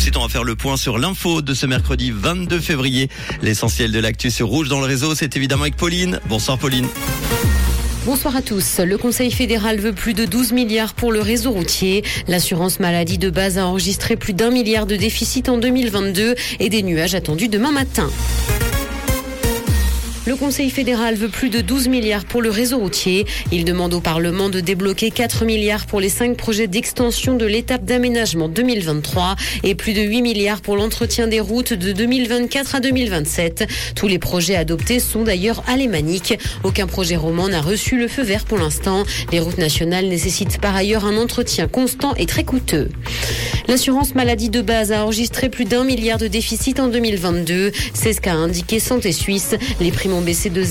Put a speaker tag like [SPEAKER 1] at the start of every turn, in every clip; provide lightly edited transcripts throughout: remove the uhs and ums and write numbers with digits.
[SPEAKER 1] suite, on va faire le point sur l'info de ce mercredi 22 février. L'essentiel de l'actu sur Rouge dans le réseau, c'est évidemment avec Pauline. Bonsoir Pauline.
[SPEAKER 2] Bonsoir à tous. Le Conseil fédéral veut plus de 12 milliards pour le réseau routier. L'assurance maladie de base a enregistré plus d'1 milliard de déficit en 2022 et des nuages attendus demain matin. Le Conseil fédéral veut plus de 12 milliards pour le réseau routier. Il demande au Parlement de débloquer 4 milliards pour les 5 projets d'extension de l'étape d'aménagement 2023 et plus de 8 milliards pour l'entretien des routes de 2024 à 2027. Tous les projets adoptés sont d'ailleurs alémaniques. Aucun projet roman n'a reçu le feu vert pour l'instant. Les routes nationales nécessitent par ailleurs un entretien constant et très coûteux. L'assurance maladie de base a enregistré plus d'1 milliard de déficit en 2022. C'est ce qu'a indiqué Santé Suisse. Les primes ont baissé de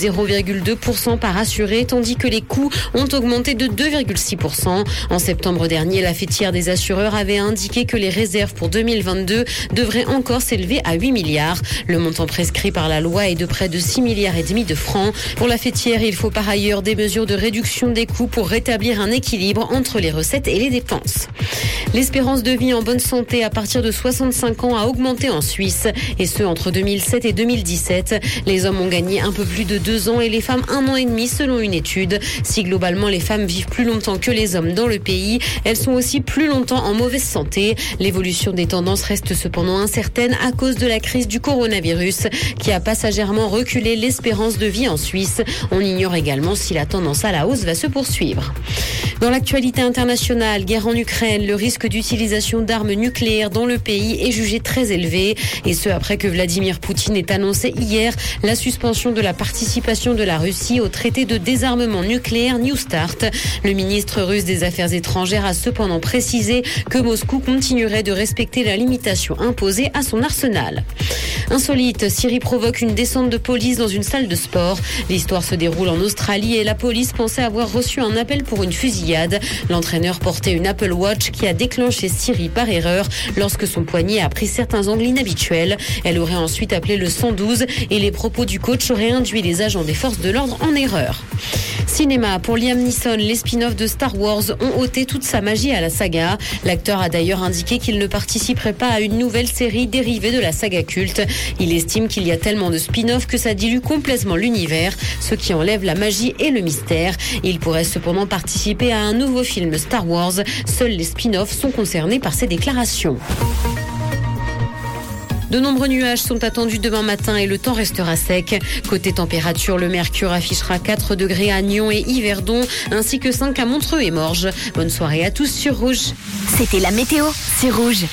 [SPEAKER 2] 0,2% par assuré, tandis que les coûts ont augmenté de 2,6%. En septembre dernier, la fêtière des assureurs avait indiqué que les réserves pour 2022 devraient encore s'élever à 8 milliards. Le montant prescrit par la loi est de près de 6 milliards et demi de francs. Pour la fêtière, il faut par ailleurs des mesures de réduction des coûts pour rétablir un équilibre entre les recettes et les dépenses. L'espérance de vie en bonne santé à partir de 65 ans a augmenté en Suisse, et ce entre 2007 et 2017. Les hommes ont gagné un peu plus de 2 ans et les femmes 1 an et demi selon une étude. Si globalement les femmes vivent plus longtemps que les hommes dans le pays, elles sont aussi plus longtemps en mauvaise santé. L'évolution des tendances reste cependant incertaine à cause de la crise du coronavirus qui a passagèrement reculé l'espérance de vie en Suisse. On ignore également si la tendance à la hausse va se poursuivre. Dans l'actualité internationale, guerre en Ukraine, le risque d'utilisation d'armes nucléaires dans le pays est jugé très élevé. Et ce, après que Vladimir Poutine ait annoncé hier la suspension de la participation de la Russie au traité de désarmement nucléaire New Start. Le ministre russe des Affaires étrangères a cependant précisé que Moscou continuerait de respecter la limitation imposée à son arsenal. Insolite, Syrie provoque une descente de police dans une salle de sport. L'histoire se déroule en Australie et la police pensait avoir reçu un appel pour une fusillade. L'entraîneur portait une Apple Watch qui a déclenché Syrie par erreur lorsque son poignet a pris certains angles inhabituels. Elle aurait ensuite appelé le 112 et les propos du coach auraient induit les agents des forces de l'ordre en erreur. Cinéma, pour Liam Neeson, les spin-offs de Star Wars ont ôté toute sa magie à la saga. L'acteur a d'ailleurs indiqué qu'il ne participerait pas à une nouvelle série dérivée de la saga culte. Il estime qu'il y a tellement de spin-offs que ça dilue complètement l'univers, ce qui enlève la magie et le mystère. Il pourrait cependant participer à un nouveau film Star Wars. Seuls les spin-offs sont concernés par ces déclarations. De nombreux nuages sont attendus demain matin et le temps restera sec. Côté température, le mercure affichera 4 degrés à Nyon et Yverdon, ainsi que 5 à Montreux et Morges. Bonne soirée à tous sur Rouge.
[SPEAKER 3] C'était la météo, c'est Rouge.